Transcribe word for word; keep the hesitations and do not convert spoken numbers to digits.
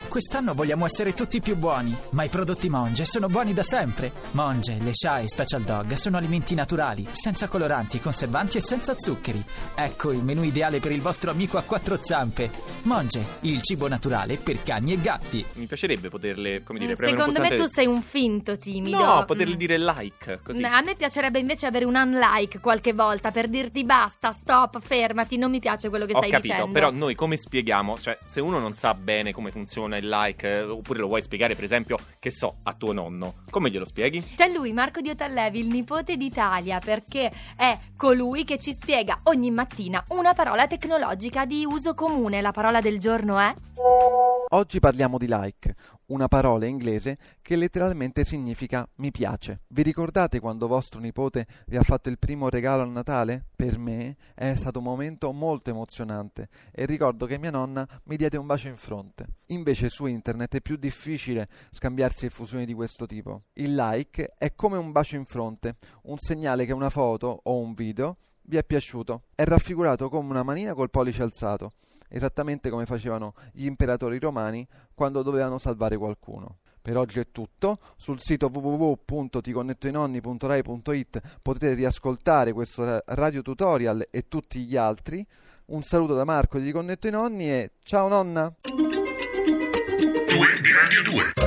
Quest'anno vogliamo essere tutti più buoni, ma i prodotti Monge sono buoni da sempre. Monge, le Sha e Special Dog sono alimenti naturali, senza coloranti, conservanti e senza zuccheri. Ecco il menù ideale per il vostro amico a quattro zampe. Monge, il cibo naturale per cani e gatti. Mi piacerebbe poterle, come dire, Secondo me putante... tu sei un finto timido. No, poterle dire like, così. A me piacerebbe invece avere un unlike qualche volta per dirti basta, stop, fermati, non mi piace quello che Ho stai capito, dicendo. però noi come spieghiamo? Cioè, se uno non sa bene come funziona il like, eh, oppure lo vuoi spiegare, per esempio, che so, a tuo nonno, come glielo spieghi? C'è lui, Marco di Otellevi, il nipote d'Italia, perché è colui che ci spiega ogni mattina una parola tecnologica di uso comune. La parola del giorno è... Oggi parliamo di like, una parola inglese che letteralmente significa mi piace. Vi ricordate quando vostro nipote vi ha fatto il primo regalo a Natale? Per me è stato un momento molto emozionante e ricordo che mia nonna mi diede un bacio in fronte. Invece su internet è più difficile scambiarsi effusioni di questo tipo. Il like è come un bacio in fronte, un segnale che una foto o un video vi è piaciuto. È raffigurato come una manina col pollice alzato, esattamente come facevano gli imperatori romani quando dovevano salvare qualcuno. Per oggi è tutto. Sul sito w w w punto ti connetto i nonni punto rai punto it potete riascoltare questo radio tutorial e tutti gli altri. Un saluto da Marco di Ti Connetto i Nonni e ciao nonna! due di Radio due